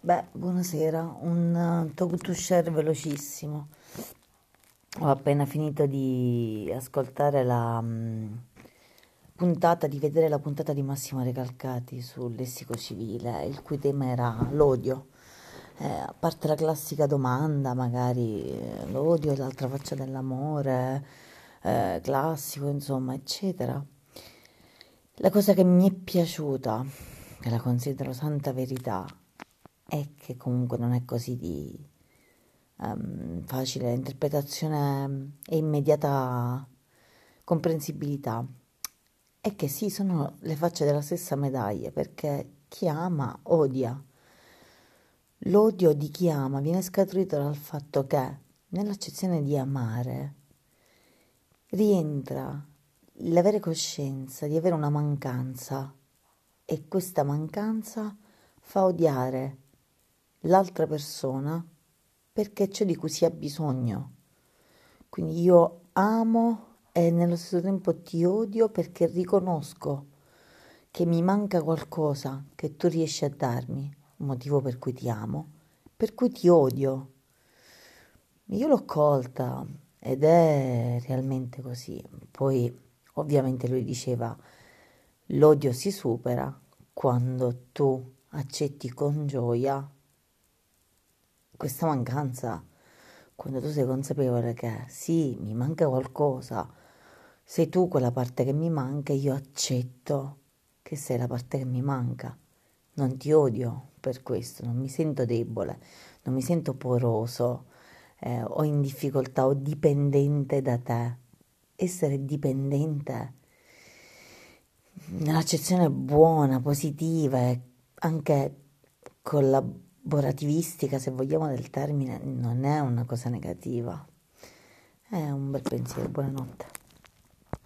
Buonasera, un talk to share velocissimo. Ho appena finito di ascoltare di vedere la puntata di Massimo Recalcati sul lessico civile, il cui tema era l'odio. A parte la classica domanda, magari l'odio è l'altra faccia dell'amore, classico, insomma, eccetera. La cosa che mi è piaciuta, che la considero santa verità, è che comunque non è così di facile interpretazione e immediata comprensibilità. È che sì, sono le facce della stessa medaglia, perché chi ama odia. L'odio di chi ama viene scaturito dal fatto che nell'accezione di amare rientra l'avere coscienza di avere una mancanza e questa mancanza fa odiare l'altra persona perché è ciò di cui si ha bisogno. Quindi io amo e nello stesso tempo ti odio perché riconosco che mi manca qualcosa che tu riesci a darmi, motivo per cui ti amo, per cui ti odio. Io l'ho colta ed è realmente così. Poi ovviamente lui diceva l'odio si supera quando tu accetti con gioia questa mancanza, quando tu sei consapevole che sì, mi manca qualcosa, sei tu quella parte che mi manca e io accetto che sei la parte che mi manca. Non ti odio per questo, non mi sento debole, non mi sento poroso, o in difficoltà o dipendente da te. Essere dipendente nell'accezione buona, positiva e anche collaborativistica, se vogliamo, del termine, non è una cosa negativa. È un bel pensiero. Buonanotte.